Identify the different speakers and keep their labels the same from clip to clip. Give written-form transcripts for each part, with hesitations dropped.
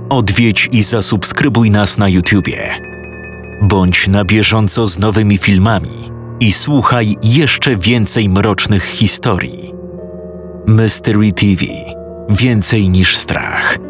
Speaker 1: Odwiedź i zasubskrybuj nas na YouTubie. Bądź na bieżąco z nowymi filmami i słuchaj jeszcze więcej mrocznych historii. Mystery TV. Więcej niż strach.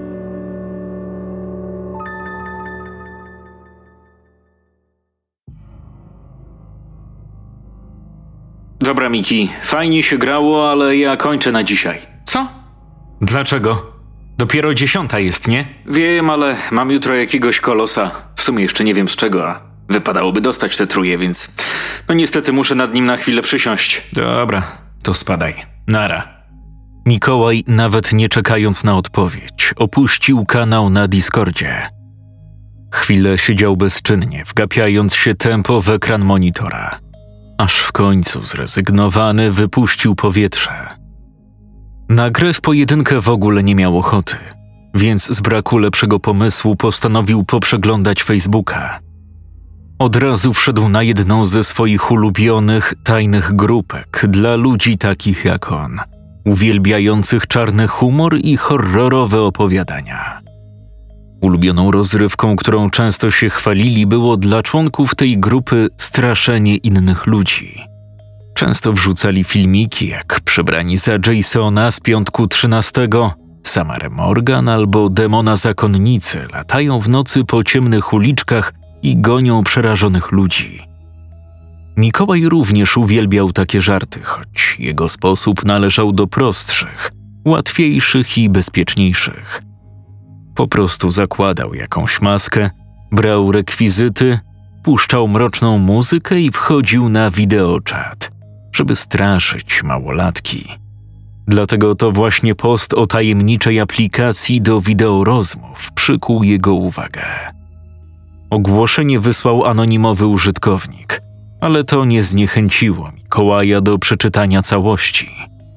Speaker 2: Dobra, Miki, fajnie się grało, ale ja kończę na dzisiaj.
Speaker 1: Co? Dlaczego? Dopiero 10 jest, nie?
Speaker 2: Wiem, ale mam jutro jakiegoś kolosa. W sumie jeszcze nie wiem z czego, a wypadałoby dostać te truje, więc niestety muszę nad nim na chwilę przysiąść.
Speaker 1: Dobra, to spadaj. Nara. Mikołaj, nawet nie czekając na odpowiedź, opuścił kanał na Discordzie. Chwilę siedział bezczynnie, wgapiając się tempo w ekran monitora. Aż w końcu zrezygnowany wypuścił powietrze. Na grę w pojedynkę w ogóle nie miał ochoty, więc z braku lepszego pomysłu postanowił poprzeglądać Facebooka. Od razu wszedł na jedną ze swoich ulubionych, tajnych grupek dla ludzi takich jak on, uwielbiających czarny humor i horrorowe opowiadania. Ulubioną rozrywką, którą często się chwalili, było dla członków tej grupy straszenie innych ludzi. Często wrzucali filmiki, jak przebrani za Jasona z Piątku 13, Samarę Morgan albo demona zakonnicy latają w nocy po ciemnych uliczkach i gonią przerażonych ludzi. Mikołaj również uwielbiał takie żarty, choć jego sposób należał do prostszych, łatwiejszych i bezpieczniejszych. Po prostu zakładał jakąś maskę, brał rekwizyty, puszczał mroczną muzykę i wchodził na wideoczat, żeby straszyć małolatki. Dlatego to właśnie post o tajemniczej aplikacji do wideorozmów przykuł jego uwagę. Ogłoszenie wysłał anonimowy użytkownik, ale to nie zniechęciło Mikołaja do przeczytania całości.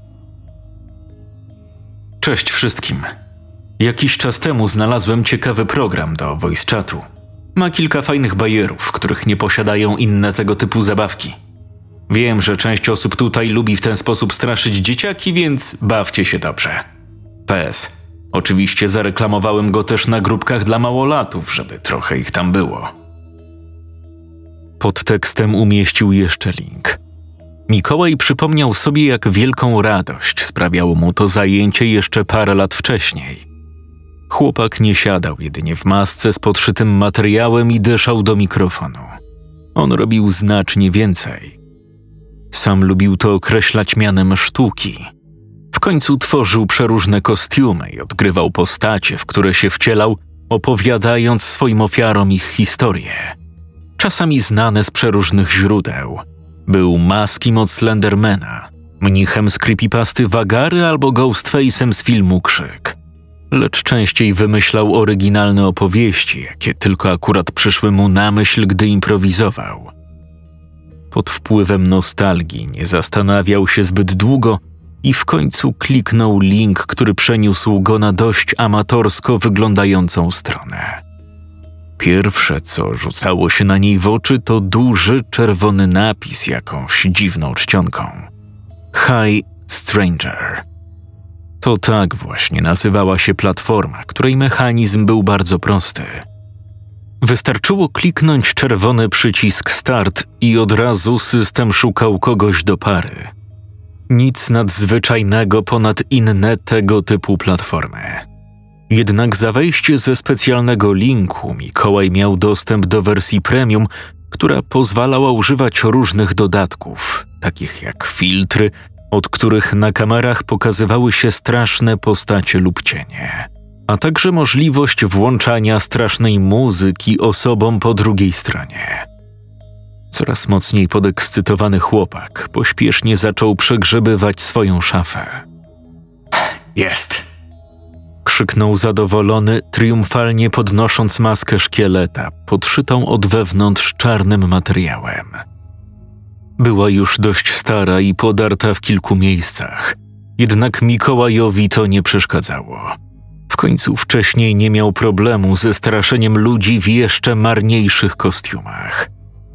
Speaker 1: Cześć wszystkim. Jakiś czas temu znalazłem ciekawy program do voice chatu. Ma kilka fajnych bajerów, których nie posiadają inne tego typu zabawki. Wiem, że część osób tutaj lubi w ten sposób straszyć dzieciaki, więc bawcie się dobrze. PS. Oczywiście zareklamowałem go też na grupkach dla małolatów, żeby trochę ich tam było. Pod tekstem umieścił jeszcze link. Mikołaj przypomniał sobie, jak wielką radość sprawiało mu to zajęcie jeszcze parę lat wcześniej. Chłopak nie siadał jedynie w masce z podszytym materiałem i dyszał do mikrofonu. On robił znacznie więcej. Sam lubił to określać mianem sztuki. W końcu tworzył przeróżne kostiumy i odgrywał postacie, w które się wcielał, opowiadając swoim ofiarom ich historie. Czasami znane z przeróżnych źródeł. Był Maskim od Slendermana, mnichem z creepypasty Wagary albo Ghostface'em z filmu Krzyk. Lecz częściej wymyślał oryginalne opowieści, jakie tylko akurat przyszły mu na myśl, gdy improwizował. Pod wpływem nostalgii nie zastanawiał się zbyt długo i w końcu kliknął link, który przeniósł go na dość amatorsko wyglądającą stronę. Pierwsze, co rzucało się na niej w oczy, to duży, czerwony napis jakąś dziwną czcionką. Hi, Stranger. To tak właśnie nazywała się platforma, której mechanizm był bardzo prosty. Wystarczyło kliknąć czerwony przycisk Start i od razu system szukał kogoś do pary. Nic nadzwyczajnego ponad inne tego typu platformy. Jednak za wejście ze specjalnego linku Mikołaj miał dostęp do wersji premium, która pozwalała używać różnych dodatków, takich jak filtry, od których na kamerach pokazywały się straszne postacie lub cienie, a także możliwość włączania strasznej muzyki osobom po drugiej stronie. Coraz mocniej podekscytowany chłopak pośpiesznie zaczął przegrzebywać swoją szafę.
Speaker 2: Jest!
Speaker 1: Krzyknął zadowolony, triumfalnie podnosząc maskę szkieleta, podszytą od wewnątrz czarnym materiałem. Była już dość stara i podarta w kilku miejscach, jednak Mikołajowi to nie przeszkadzało. W końcu wcześniej nie miał problemu ze straszeniem ludzi w jeszcze marniejszych kostiumach.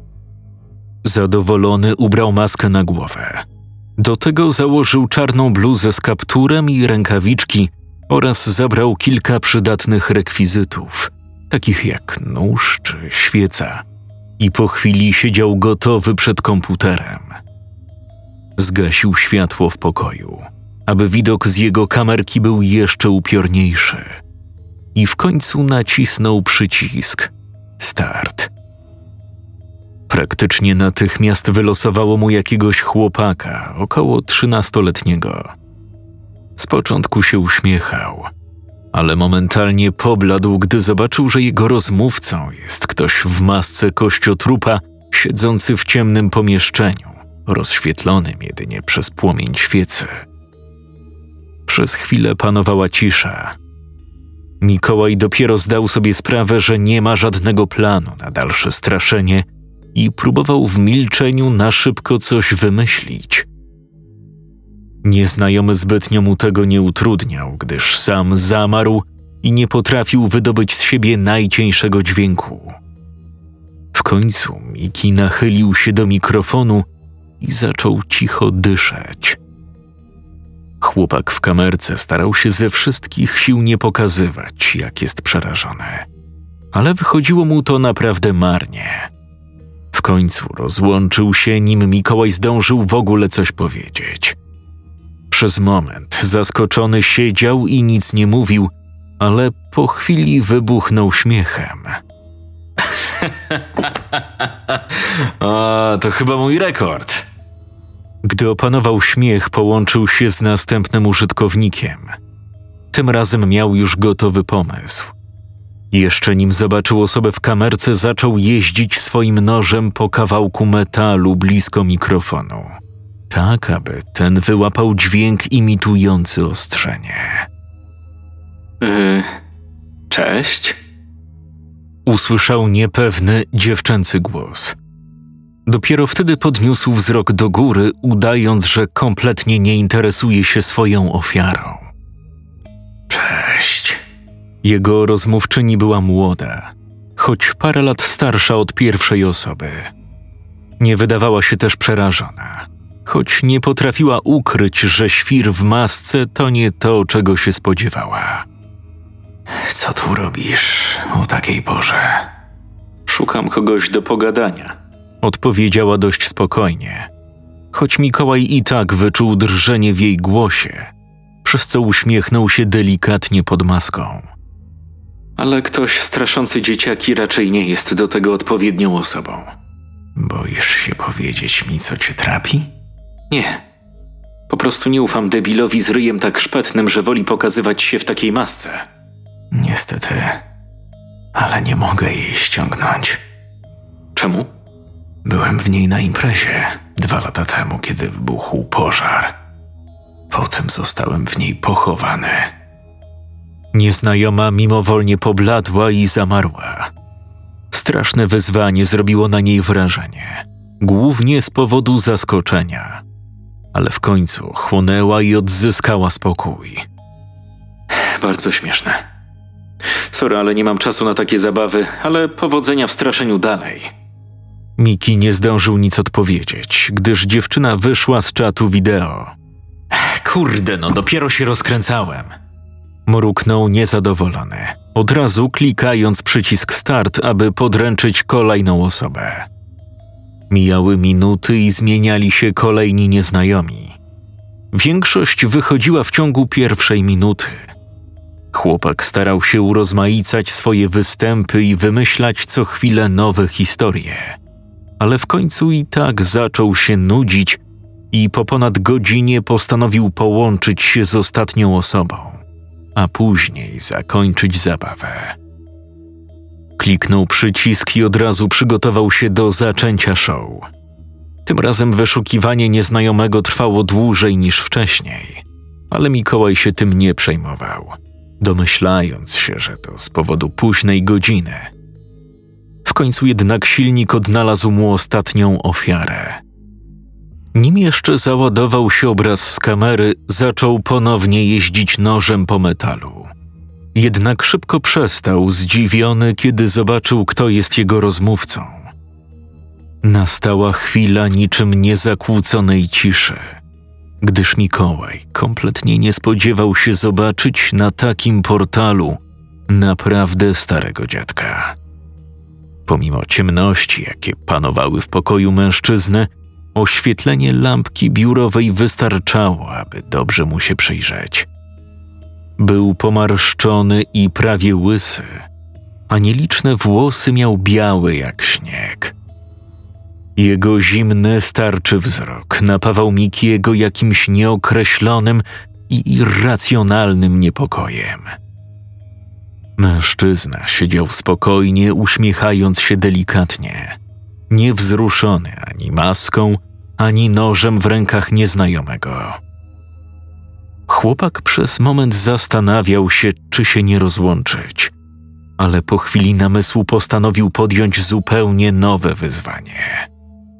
Speaker 1: Zadowolony ubrał maskę na głowę. Do tego założył czarną bluzę z kapturem i rękawiczki, oraz zabrał kilka przydatnych rekwizytów, takich jak nóż czy świeca, i po chwili siedział gotowy przed komputerem. Zgasił światło w pokoju, aby widok z jego kamerki był jeszcze upiorniejszy. I w końcu nacisnął przycisk Start. Praktycznie natychmiast wylosowało mu jakiegoś chłopaka, około 13-letniego. Z początku się uśmiechał, ale momentalnie pobladł, gdy zobaczył, że jego rozmówcą jest ktoś w masce kościotrupa, siedzący w ciemnym pomieszczeniu, rozświetlonym jedynie przez płomień świecy. Przez chwilę panowała cisza. Mikołaj dopiero zdał sobie sprawę, że nie ma żadnego planu na dalsze straszenie i próbował w milczeniu na szybko coś wymyślić. Nieznajomy zbytnio mu tego nie utrudniał, gdyż sam zamarł i nie potrafił wydobyć z siebie najcieńszego dźwięku. W końcu Miki nachylił się do mikrofonu i zaczął cicho dyszeć. Chłopak w kamerce starał się ze wszystkich sił nie pokazywać, jak jest przerażony, ale wychodziło mu to naprawdę marnie. W końcu rozłączył się, nim Mikołaj zdążył w ogóle coś powiedzieć. Przez moment zaskoczony siedział i nic nie mówił, ale po chwili wybuchnął śmiechem.
Speaker 2: O, to chyba mój rekord.
Speaker 1: Gdy opanował śmiech, połączył się z następnym użytkownikiem. Tym razem miał już gotowy pomysł. Jeszcze nim zobaczył osobę w kamerce, zaczął jeździć swoim nożem po kawałku metalu blisko mikrofonu, tak aby ten wyłapał dźwięk imitujący ostrzenie.
Speaker 2: Cześć?
Speaker 1: Usłyszał niepewny, dziewczęcy głos. Dopiero wtedy podniósł wzrok do góry, udając, że kompletnie nie interesuje się swoją ofiarą.
Speaker 2: Cześć.
Speaker 1: Jego rozmówczyni była młoda, choć parę lat starsza od pierwszej osoby. Nie wydawała się też przerażona, choć nie potrafiła ukryć, że świr w masce to nie to, czego się spodziewała.
Speaker 2: Co tu robisz o takiej porze?
Speaker 1: Szukam kogoś do pogadania, odpowiedziała dość spokojnie, choć Mikołaj i tak wyczuł drżenie w jej głosie, przez co uśmiechnął się delikatnie pod maską.
Speaker 2: Ale ktoś straszący dzieciaki raczej nie jest do tego odpowiednią osobą.
Speaker 1: Boisz się powiedzieć mi, co cię trapi?
Speaker 2: Nie. Po prostu nie ufam debilowi z ryjem tak szpetnym, że woli pokazywać się w takiej masce.
Speaker 1: Niestety, ale nie mogę jej ściągnąć.
Speaker 2: Czemu?
Speaker 1: Byłem w niej na imprezie 2 lata temu, kiedy wybuchł pożar. Potem zostałem w niej pochowany. Nieznajoma mimowolnie pobladła i zamarła. Straszne wyzwanie zrobiło na niej wrażenie, głównie z powodu zaskoczenia, ale w końcu chłonęła i odzyskała spokój.
Speaker 2: Bardzo śmieszne. Sorry, ale nie mam czasu na takie zabawy, ale powodzenia w straszeniu dalej.
Speaker 1: Miki nie zdążył nic odpowiedzieć, gdyż dziewczyna wyszła z czatu wideo.
Speaker 2: Kurde, no dopiero się rozkręcałem.
Speaker 1: Mruknął niezadowolony, od razu klikając przycisk start, aby podręczyć kolejną osobę. Mijały minuty i zmieniali się kolejni nieznajomi. Większość wychodziła w ciągu pierwszej minuty. Chłopak starał się urozmaicać swoje występy i wymyślać co chwilę nowe historie, ale w końcu i tak zaczął się nudzić i po ponad godzinie postanowił połączyć się z ostatnią osobą, a później zakończyć zabawę. Kliknął przycisk i od razu przygotował się do zaczęcia show. Tym razem wyszukiwanie nieznajomego trwało dłużej niż wcześniej, ale Mikołaj się tym nie przejmował, domyślając się, że to z powodu późnej godziny. W końcu jednak silnik odnalazł mu ostatnią ofiarę. Nim jeszcze załadował się obraz z kamery, zaczął ponownie jeździć nożem po metalu. Jednak szybko przestał, zdziwiony, kiedy zobaczył, kto jest jego rozmówcą. Nastała chwila niczym niezakłóconej ciszy. gdyż Mikołaj kompletnie nie spodziewał się zobaczyć na takim portalu naprawdę starego dziadka. Pomimo ciemności, jakie panowały w pokoju mężczyzny, oświetlenie lampki biurowej wystarczało, aby dobrze mu się przyjrzeć. Był pomarszczony i prawie łysy, a nieliczne włosy miał białe jak śnieg. Jego zimny, starczy wzrok napawał Mikiego jakimś nieokreślonym i irracjonalnym niepokojem. Mężczyzna siedział spokojnie, uśmiechając się delikatnie, niewzruszony ani maską, ani nożem w rękach nieznajomego. Chłopak przez moment zastanawiał się, czy się nie rozłączyć, ale po chwili namysłu postanowił podjąć zupełnie nowe wyzwanie.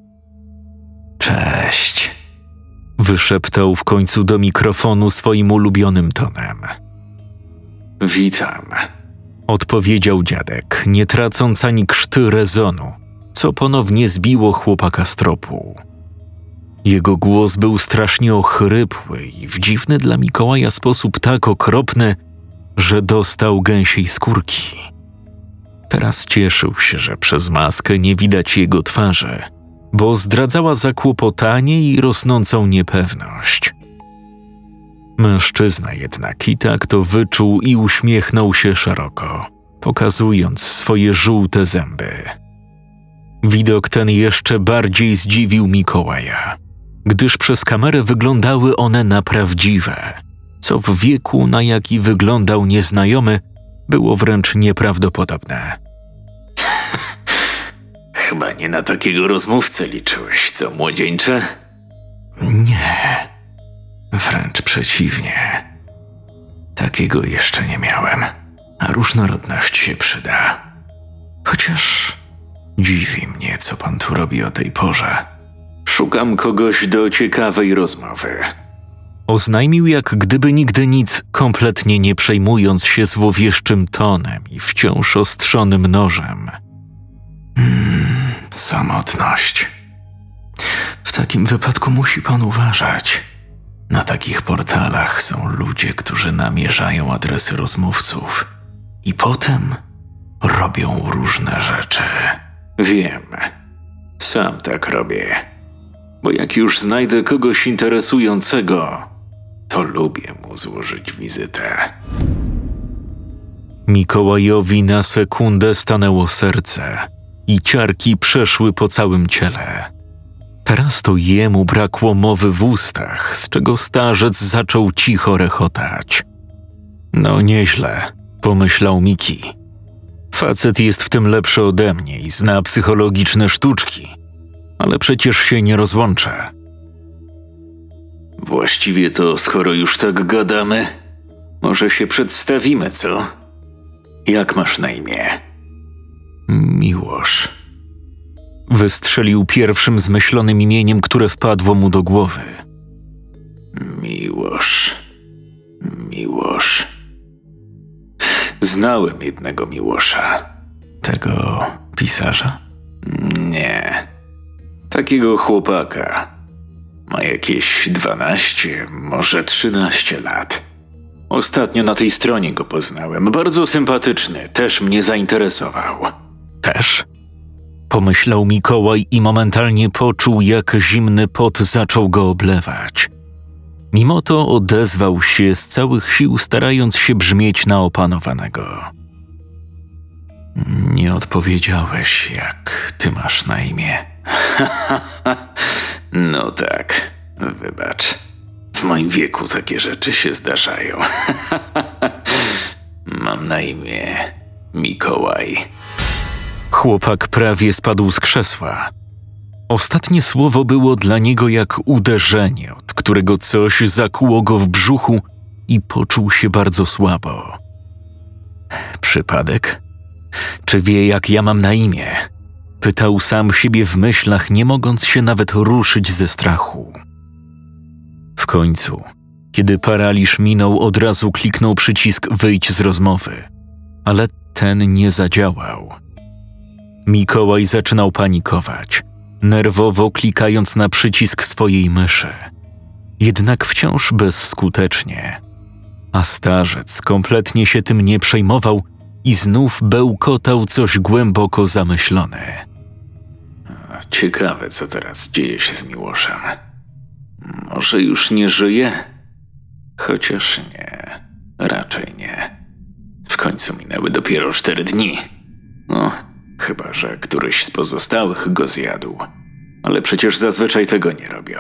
Speaker 1: Cześć, wyszeptał w końcu do mikrofonu swoim ulubionym tonem.
Speaker 2: Witam,
Speaker 1: Odpowiedział dziadek, nie tracąc ani krzty rezonu, co ponownie zbiło chłopaka z tropu. Jego głos był strasznie ochrypły i w dziwny dla Mikołaja sposób tak okropny, że dostał gęsiej skórki. Teraz cieszył się, że przez maskę nie widać jego twarzy, bo zdradzała zakłopotanie i rosnącą niepewność. Mężczyzna jednak i tak to wyczuł i uśmiechnął się szeroko, pokazując swoje żółte zęby. Widok ten jeszcze bardziej zdziwił Mikołaja, gdyż przez kamerę wyglądały one na prawdziwe, co w wieku, na jaki wyglądał nieznajomy, było wręcz nieprawdopodobne.
Speaker 2: Chyba nie na takiego rozmówcę liczyłeś, co młodzieńcze?
Speaker 1: Nie, wręcz przeciwnie. Takiego jeszcze nie miałem, a różnorodność się przyda. Chociaż dziwi mnie, co pan tu robi o tej porze.
Speaker 2: Szukam kogoś do ciekawej rozmowy.
Speaker 1: Oznajmił jak gdyby nigdy nic, kompletnie nie przejmując się złowieszczym tonem i wciąż ostrzonym nożem. Samotność. W takim wypadku musi pan uważać. Na takich portalach są ludzie, którzy namierzają adresy rozmówców i potem robią różne rzeczy.
Speaker 2: Wiem, sam tak robię. Bo jak już znajdę kogoś interesującego, to lubię mu złożyć wizytę.
Speaker 1: Mikołajowi na sekundę stanęło serce i ciarki przeszły po całym ciele. Teraz to jemu brakło mowy w ustach, z czego starzec zaczął cicho rechotać. No nieźle, pomyślał Miki. Facet jest w tym lepszy ode mnie i zna psychologiczne sztuczki, ale przecież się nie rozłączę.
Speaker 2: Właściwie to, skoro już tak gadamy, może się przedstawimy, co? Jak masz na imię?
Speaker 1: Miłosz. Wystrzelił pierwszym zmyślonym imieniem, które wpadło mu do głowy.
Speaker 2: Miłosz. Znałem jednego Miłosza.
Speaker 1: Tego pisarza?
Speaker 2: Nie. Takiego chłopaka. Ma jakieś 12, może 13 lat. Ostatnio na tej stronie go poznałem. Bardzo sympatyczny, też mnie zainteresował.
Speaker 1: Też? Pomyślał Mikołaj i momentalnie poczuł, jak zimny pot zaczął go oblewać. Mimo to odezwał się z całych sił, starając się brzmieć na opanowanego. Nie odpowiedziałeś, jak ty masz na imię.
Speaker 2: No tak, wybacz. W moim wieku takie rzeczy się zdarzają. Mam na imię Mikołaj.
Speaker 1: Chłopak prawie spadł z krzesła. Ostatnie słowo było dla niego jak uderzenie, od którego coś zakuło go w brzuchu i poczuł się bardzo słabo. Przypadek? Czy wie, jak ja mam na imię? Pytał sam siebie w myślach, nie mogąc się nawet ruszyć ze strachu. W końcu, kiedy paraliż minął, od razu kliknął przycisk wyjdź z rozmowy, ale ten nie zadziałał. Mikołaj zaczynał panikować, nerwowo klikając na przycisk swojej myszy. jednak wciąż bezskutecznie. A starzec kompletnie się tym nie przejmował i znów bełkotał coś głęboko zamyślony.
Speaker 2: Ciekawe, co teraz dzieje się z Miłoszem. Może już nie żyje? Chociaż nie, raczej nie. W końcu minęły dopiero 4 dni. No, chyba że któryś z pozostałych go zjadł. Ale przecież zazwyczaj tego nie robią.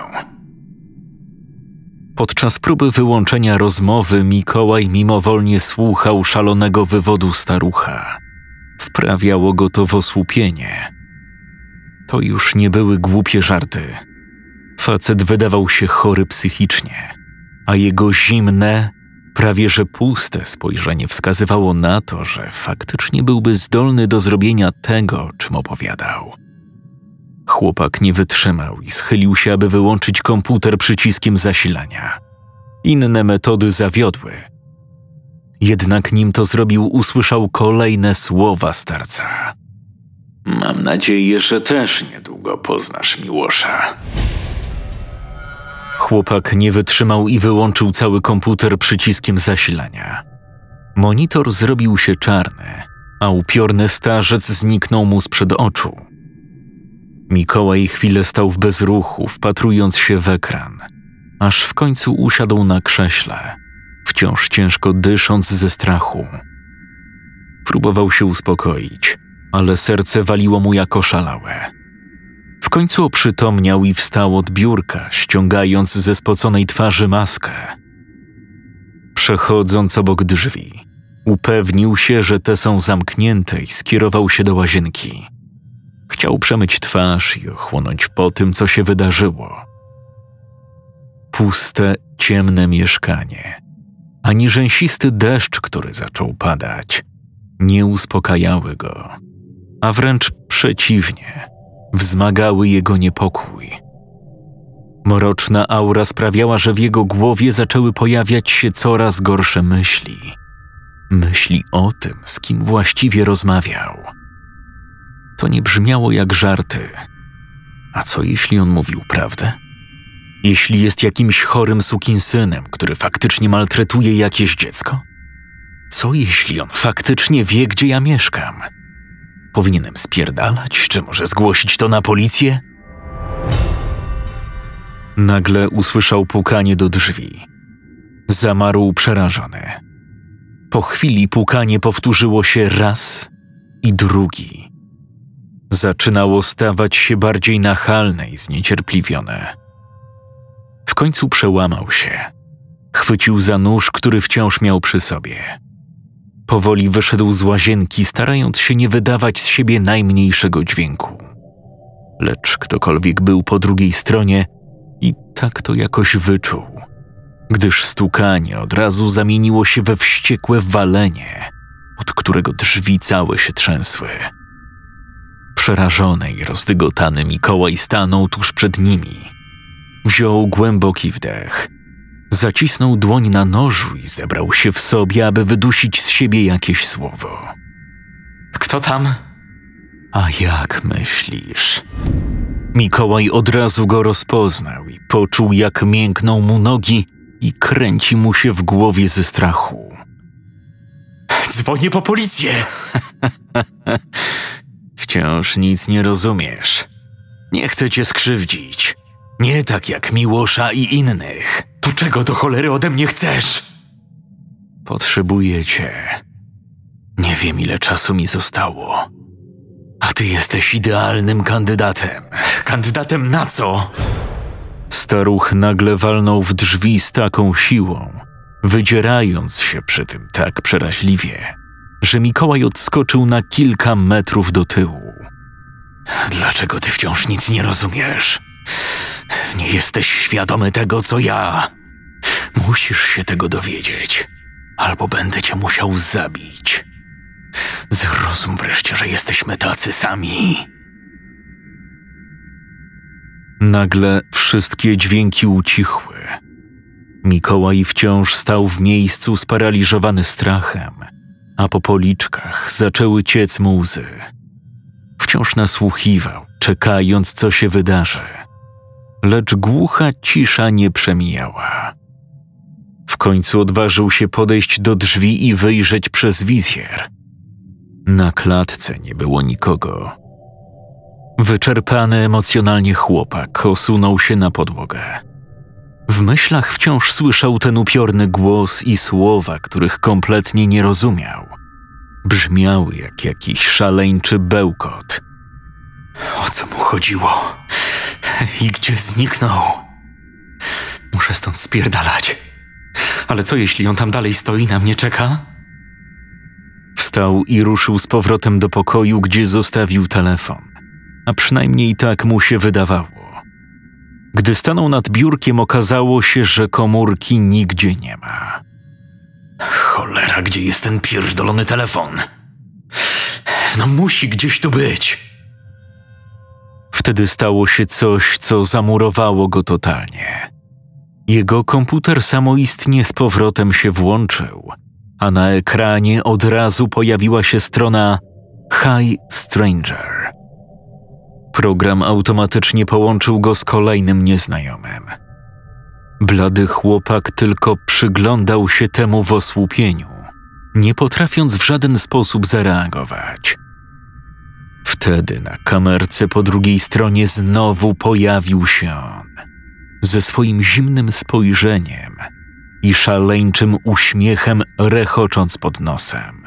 Speaker 1: Podczas próby wyłączenia rozmowy Mikołaj mimowolnie słuchał szalonego wywodu starucha. Wprawiało go to w osłupienie. To już nie były głupie żarty. Facet wydawał się chory psychicznie, a jego zimne, prawie że puste spojrzenie wskazywało na to, że faktycznie byłby zdolny do zrobienia tego, czym opowiadał. Chłopak nie wytrzymał i schylił się, aby wyłączyć komputer przyciskiem zasilania. Inne metody zawiodły. Jednak nim to zrobił, usłyszał kolejne słowa starca.
Speaker 2: Mam nadzieję, że też niedługo poznasz Miłosza.
Speaker 1: Chłopak nie wytrzymał i wyłączył cały komputer przyciskiem zasilania. Monitor zrobił się czarny, a upiorny starzec zniknął mu sprzed oczu. Mikołaj chwilę stał w bezruchu, wpatrując się w ekran, aż w końcu usiadł na krześle, wciąż ciężko dysząc ze strachu. Próbował się uspokoić, ale serce waliło mu jak oszalałe. W końcu oprzytomniał i wstał od biurka, ściągając ze spoconej twarzy maskę. Przechodząc obok drzwi, upewnił się, że te są zamknięte i skierował się do łazienki. Chciał przemyć twarz i ochłonąć po tym, co się wydarzyło. Puste, ciemne mieszkanie, ani rzęsisty deszcz, który zaczął padać, nie uspokajały go, a wręcz przeciwnie, wzmagały jego niepokój. Mroczna aura sprawiała, że w jego głowie zaczęły pojawiać się coraz gorsze myśli. Myśli o tym, z kim właściwie rozmawiał. To nie brzmiało jak żarty. A co jeśli on mówił prawdę? Jeśli jest jakimś chorym sukinsynem, który faktycznie maltretuje jakieś dziecko? Co jeśli on faktycznie wie, gdzie ja mieszkam? Powinienem spierdalać, czy może zgłosić to na policję? Nagle usłyszał pukanie do drzwi. Zamarł przerażony. Po chwili pukanie powtórzyło się raz i drugi. Zaczynało stawać się bardziej nachalne i zniecierpliwione. W końcu przełamał się. Chwycił za nóż, który wciąż miał przy sobie. Powoli wyszedł z łazienki, starając się nie wydawać z siebie najmniejszego dźwięku. Lecz ktokolwiek był po drugiej stronie i tak to jakoś wyczuł, gdyż stukanie od razu zamieniło się we wściekłe walenie, od którego drzwi całe się trzęsły. Przerażony i rozdygotany Mikołaj stanął tuż przed nimi. Wziął głęboki wdech. Zacisnął dłoń na nożu i zebrał się w sobie, aby wydusić z siebie jakieś słowo.
Speaker 3: Kto tam?
Speaker 1: A jak myślisz? Mikołaj od razu go rozpoznał i poczuł, jak miękną mu nogi i kręci mu się w głowie ze strachu.
Speaker 3: Dzwonię po policję!
Speaker 1: Wciąż nic nie rozumiesz. Nie chcę cię skrzywdzić. Nie tak jak Miłosza i innych.
Speaker 3: To czego do cholery ode mnie chcesz?
Speaker 1: Potrzebuję cię. Nie wiem, ile czasu mi zostało. A ty jesteś idealnym kandydatem.
Speaker 3: Kandydatem na co?
Speaker 1: Staruch nagle walnął w drzwi z taką siłą, wydzierając się przy tym tak przeraźliwie, że Mikołaj odskoczył na kilka metrów do tyłu.
Speaker 3: Dlaczego ty wciąż nic nie rozumiesz? Nie jesteś świadomy tego, co ja. Musisz się tego dowiedzieć, albo będę cię musiał zabić. Zrozum wreszcie, że jesteśmy tacy sami.
Speaker 1: Nagle wszystkie dźwięki ucichły. Mikołaj wciąż stał w miejscu sparaliżowany strachem, a po policzkach zaczęły ciec mu łzy. Wciąż nasłuchiwał, czekając, co się wydarzy. lecz głucha cisza nie przemijała. W końcu odważył się podejść do drzwi i wyjrzeć przez wizjer. Na klatce nie było nikogo. Wyczerpany emocjonalnie chłopak osunął się na podłogę. W myślach wciąż słyszał ten upiorny głos i słowa, których kompletnie nie rozumiał. Brzmiały jak jakiś szaleńczy bełkot.
Speaker 3: O co mu chodziło? I gdzie zniknął? Muszę stąd spierdalać. Ale co jeśli on tam dalej stoi i na mnie czeka?
Speaker 1: Wstał i ruszył z powrotem do pokoju, gdzie zostawił telefon. A przynajmniej tak mu się wydawało. Gdy stanął nad biurkiem, okazało się, że komórki nigdzie nie ma.
Speaker 3: Cholera, gdzie jest ten pierdolony telefon? No musi gdzieś tu być.
Speaker 1: Wtedy stało się coś, co zamurowało go totalnie. Jego komputer samoistnie z powrotem się włączył, a na ekranie od razu pojawiła się strona Hi Stranger. Program automatycznie połączył go z kolejnym nieznajomym. Blady chłopak tylko przyglądał się temu w osłupieniu, nie potrafiąc w żaden sposób zareagować. Wtedy na kamerce po drugiej stronie znowu pojawił się on, ze swoim zimnym spojrzeniem i szaleńczym uśmiechem rechocząc pod nosem.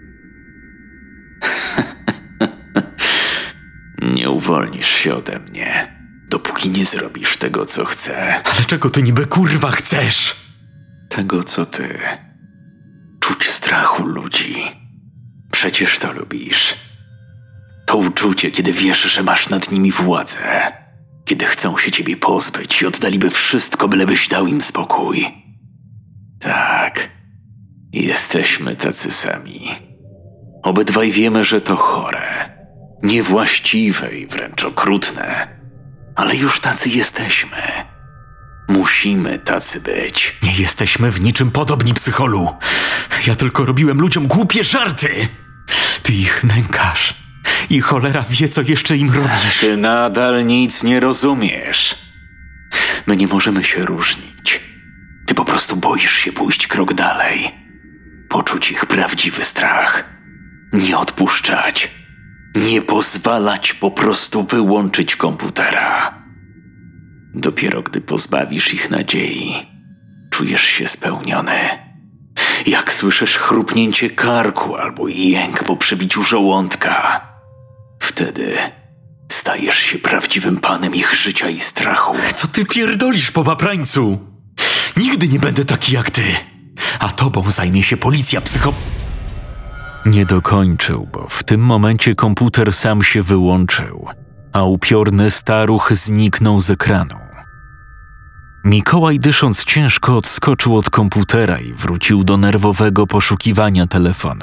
Speaker 2: Nie uwolnisz się ode mnie, dopóki nie zrobisz tego, co chcę.
Speaker 3: Ale czego ty niby kurwa chcesz?
Speaker 2: Tego, co ty. Czuć strachu ludzi. Przecież to lubisz. To uczucie, kiedy wiesz, że masz nad nimi władzę. Kiedy chcą się ciebie pozbyć i oddaliby wszystko, bylebyś dał im spokój. Tak. Jesteśmy tacy sami. Obydwaj wiemy, że to chore. Niewłaściwe i wręcz okrutne. Ale już tacy jesteśmy. Musimy tacy być.
Speaker 3: Nie jesteśmy w niczym podobni, psycholu. Ja tylko robiłem ludziom głupie żarty. Ty ich nękasz. I cholera wie, co jeszcze im robisz.
Speaker 2: Ty nadal nic nie rozumiesz. My nie możemy się różnić. Ty po prostu boisz się pójść krok dalej. Poczuć ich prawdziwy strach. Nie odpuszczać. Nie pozwalać po prostu wyłączyć komputera. Dopiero gdy pozbawisz ich nadziei, czujesz się spełniony. Jak słyszysz chrupnięcie karku albo jęk po przebiciu żołądka, wtedy stajesz się prawdziwym panem ich życia i strachu.
Speaker 3: Co ty pierdolisz, popaprańcu? Nigdy nie będę taki jak ty. A tobą zajmie się policja
Speaker 1: Nie dokończył, bo w tym momencie komputer sam się wyłączył, a upiorny staruch zniknął z ekranu. Mikołaj, dysząc ciężko, odskoczył od komputera i wrócił do nerwowego poszukiwania telefonu.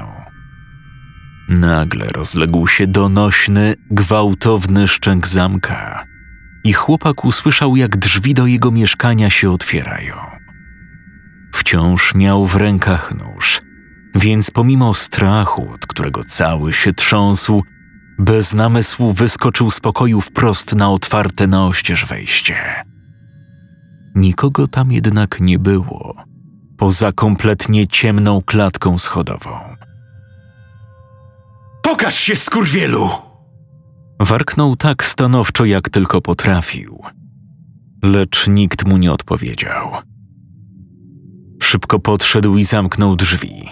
Speaker 1: Nagle rozległ się donośny, gwałtowny szczęk zamka i chłopak usłyszał, jak drzwi do jego mieszkania się otwierają. Wciąż miał w rękach nóż, więc pomimo strachu, od którego cały się trząsł, bez namysłu wyskoczył z pokoju wprost na otwarte na oścież wejście. Nikogo tam jednak nie było, poza kompletnie ciemną klatką schodową.
Speaker 3: Pokaż się, skurwielu!
Speaker 1: Warknął tak stanowczo, jak tylko potrafił, lecz nikt mu nie odpowiedział. Szybko podszedł i zamknął drzwi.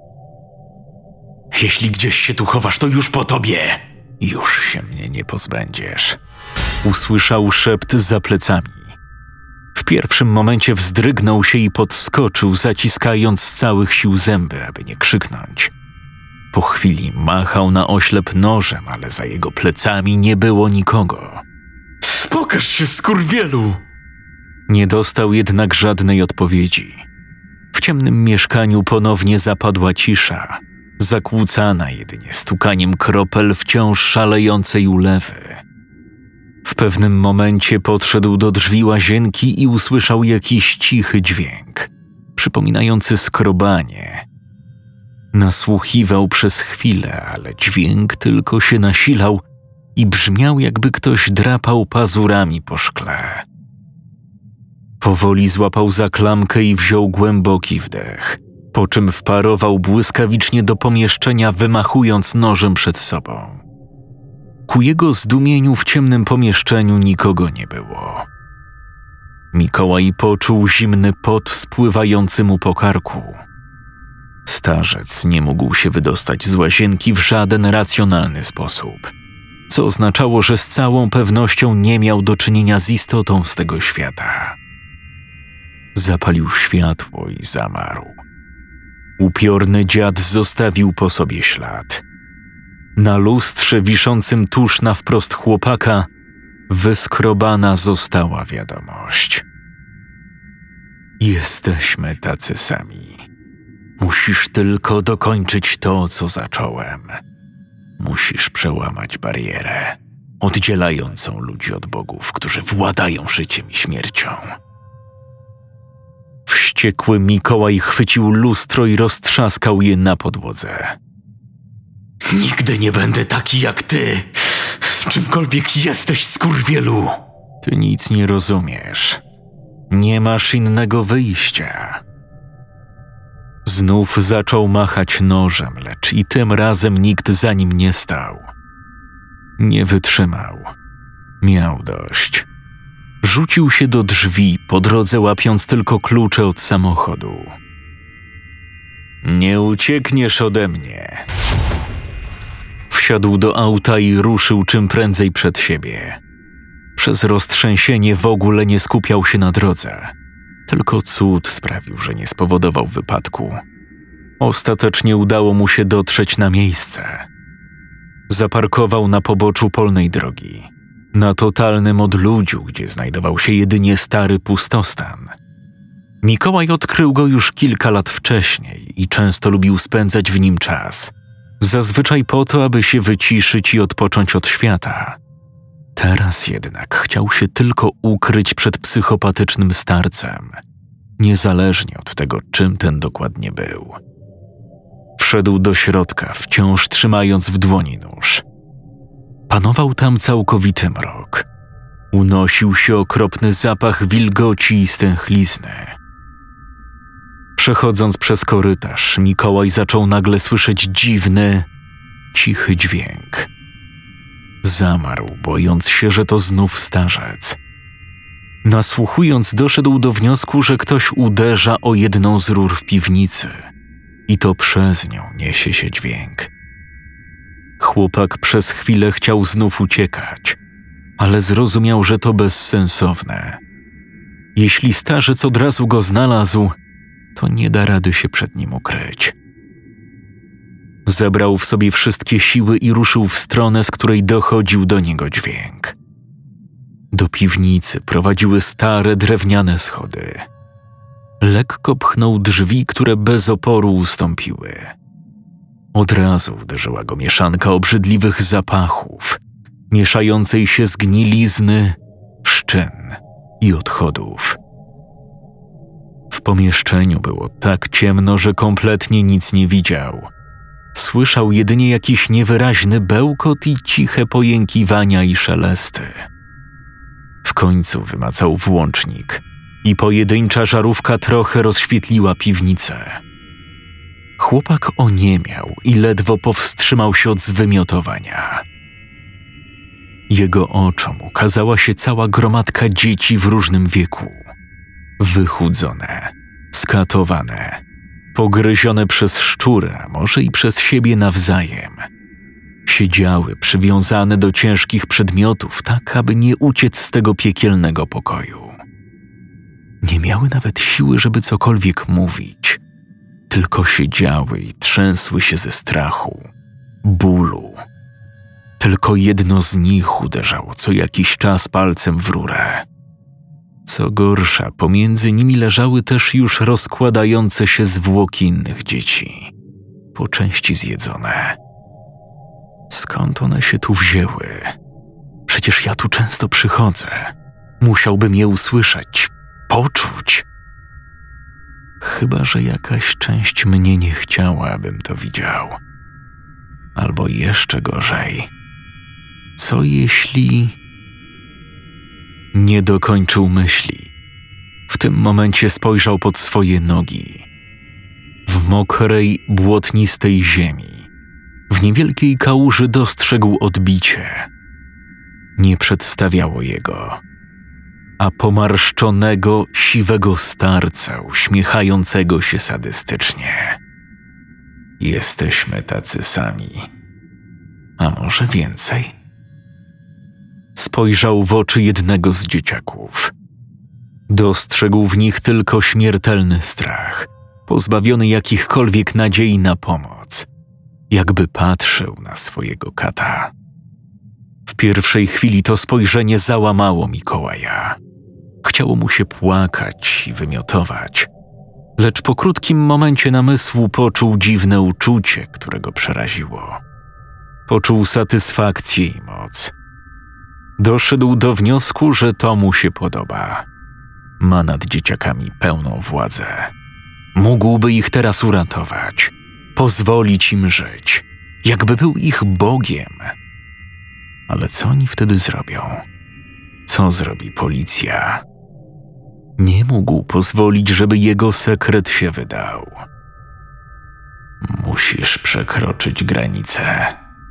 Speaker 3: Jeśli gdzieś się tu chowasz, to już po tobie.
Speaker 1: Już się mnie nie pozbędziesz. Usłyszał szept za plecami. W pierwszym momencie wzdrygnął się i podskoczył, zaciskając z całych sił zęby, aby nie krzyknąć. Po chwili machał na oślep nożem, ale za jego plecami nie było nikogo.
Speaker 3: Pokaż się, skurwielu!
Speaker 1: Nie dostał jednak żadnej odpowiedzi. W ciemnym mieszkaniu ponownie zapadła cisza, zakłócana jedynie stukaniem kropel wciąż szalejącej ulewy. W pewnym momencie podszedł do drzwi łazienki i usłyszał jakiś cichy dźwięk, przypominający skrobanie. Nasłuchiwał przez chwilę, ale dźwięk tylko się nasilał i brzmiał, jakby ktoś drapał pazurami po szkle. Powoli złapał za klamkę i wziął głęboki wdech, po czym wparował błyskawicznie do pomieszczenia, wymachując nożem przed sobą. Ku jego zdumieniu w ciemnym pomieszczeniu nikogo nie było. Mikołaj poczuł zimny pot spływający mu po karku. Starzec nie mógł się wydostać z łazienki w żaden racjonalny sposób, co oznaczało, że z całą pewnością nie miał do czynienia z istotą z tego świata. Zapalił światło i zamarł. Upiorny dziad zostawił po sobie ślad. Na lustrze wiszącym tuż na wprost chłopaka wyskrobana została wiadomość. Jesteśmy tacy sami. Musisz tylko dokończyć to, co zacząłem. Musisz przełamać barierę oddzielającą ludzi od bogów, którzy władają życiem i śmiercią. Wściekły Mikołaj chwycił lustro i roztrzaskał je na podłodze.
Speaker 3: Nigdy nie będę taki jak ty, czymkolwiek jesteś, skurwielu.
Speaker 1: Ty nic nie rozumiesz. Nie masz innego wyjścia. Znów zaczął machać nożem, lecz i tym razem nikt za nim nie stał. Nie wytrzymał. Miał dość. Rzucił się do drzwi, po drodze łapiąc tylko klucze od samochodu. Nie uciekniesz ode mnie. Wsiadł do auta i ruszył czym prędzej przed siebie. Przez roztrzęsienie w ogóle nie skupiał się na drodze. Tylko cud sprawił, że nie spowodował wypadku. Ostatecznie udało mu się dotrzeć na miejsce. Zaparkował na poboczu polnej drogi, na totalnym odludziu, gdzie znajdował się jedynie stary pustostan. Mikołaj odkrył go już kilka lat wcześniej i często lubił spędzać w nim czas. Zazwyczaj po to, aby się wyciszyć i odpocząć od świata. Teraz jednak chciał się tylko ukryć przed psychopatycznym starcem, niezależnie od tego, czym ten dokładnie był. Wszedł do środka, wciąż trzymając w dłoni nóż. Panował tam całkowity mrok. Unosił się okropny zapach wilgoci i stęchlizny. Przechodząc przez korytarz, Mikołaj zaczął nagle słyszeć dziwny, cichy dźwięk. Zamarł, bojąc się, że to znów starzec. Nasłuchując, doszedł do wniosku, że ktoś uderza o jedną z rur w piwnicy i to przez nią niesie się dźwięk. Chłopak przez chwilę chciał znów uciekać, ale zrozumiał, że to bezsensowne. Jeśli starzec od razu go znalazł, to nie da rady się przed nim ukryć. Zebrał w sobie wszystkie siły i ruszył w stronę, z której dochodził do niego dźwięk. Do piwnicy prowadziły stare, drewniane schody. Lekko pchnął drzwi, które bez oporu ustąpiły. Od razu uderzyła go mieszanka obrzydliwych zapachów, mieszającej się zgnilizny, szczyn i odchodów. W pomieszczeniu było tak ciemno, że kompletnie nic nie widział. Słyszał jedynie jakiś niewyraźny bełkot i ciche pojękiwania i szelesty. W końcu wymacał włącznik i pojedyncza żarówka trochę rozświetliła piwnicę. Chłopak oniemiał i ledwo powstrzymał się od zwymiotowania. Jego oczom ukazała się cała gromadka dzieci w różnym wieku. Wychudzone, skatowane, pogryzione przez szczury, a może i przez siebie nawzajem. Siedziały przywiązane do ciężkich przedmiotów, tak aby nie uciec z tego piekielnego pokoju. Nie miały nawet siły, żeby cokolwiek mówić. Tylko siedziały i trzęsły się ze strachu, bólu. Tylko jedno z nich uderzało co jakiś czas palcem w rurę. Co gorsza, pomiędzy nimi leżały też już rozkładające się zwłoki innych dzieci, po części zjedzone. Skąd one się tu wzięły? Przecież ja tu często przychodzę. Musiałbym je usłyszeć, poczuć. Chyba że jakaś część mnie nie chciała, abym to widział. Albo jeszcze gorzej. Co jeśli... Nie dokończył myśli. W tym momencie spojrzał pod swoje nogi. W mokrej, błotnistej ziemi, w niewielkiej kałuży dostrzegł odbicie. Nie przedstawiało jego, a pomarszczonego, siwego starca uśmiechającego się sadystycznie. Jesteśmy tacy sami. A może więcej? Spojrzał w oczy jednego z dzieciaków. Dostrzegł w nich tylko śmiertelny strach, pozbawiony jakichkolwiek nadziei na pomoc, jakby patrzył na swojego kata. W pierwszej chwili to spojrzenie załamało Mikołaja. Chciało mu się płakać i wymiotować, lecz po krótkim momencie namysłu poczuł dziwne uczucie, które go przeraziło. Poczuł satysfakcję i moc. Doszedł do wniosku, że to mu się podoba. Ma nad dzieciakami pełną władzę. Mógłby ich teraz uratować, pozwolić im żyć, jakby był ich Bogiem. Ale co oni wtedy zrobią? Co zrobi policja? Nie mógł pozwolić, żeby jego sekret się wydał. Musisz przekroczyć granicę.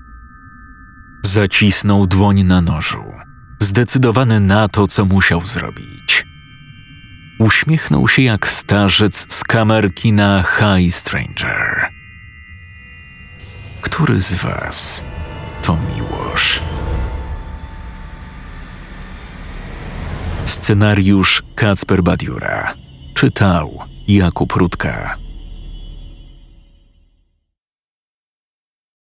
Speaker 1: Zacisnął dłoń na nożu, zdecydowany na to, co musiał zrobić. Uśmiechnął się jak starzec z kamerki na High Stranger. Który z was to Miłosz? Scenariusz Kacper Badiura. Czytał Jakub Rutka.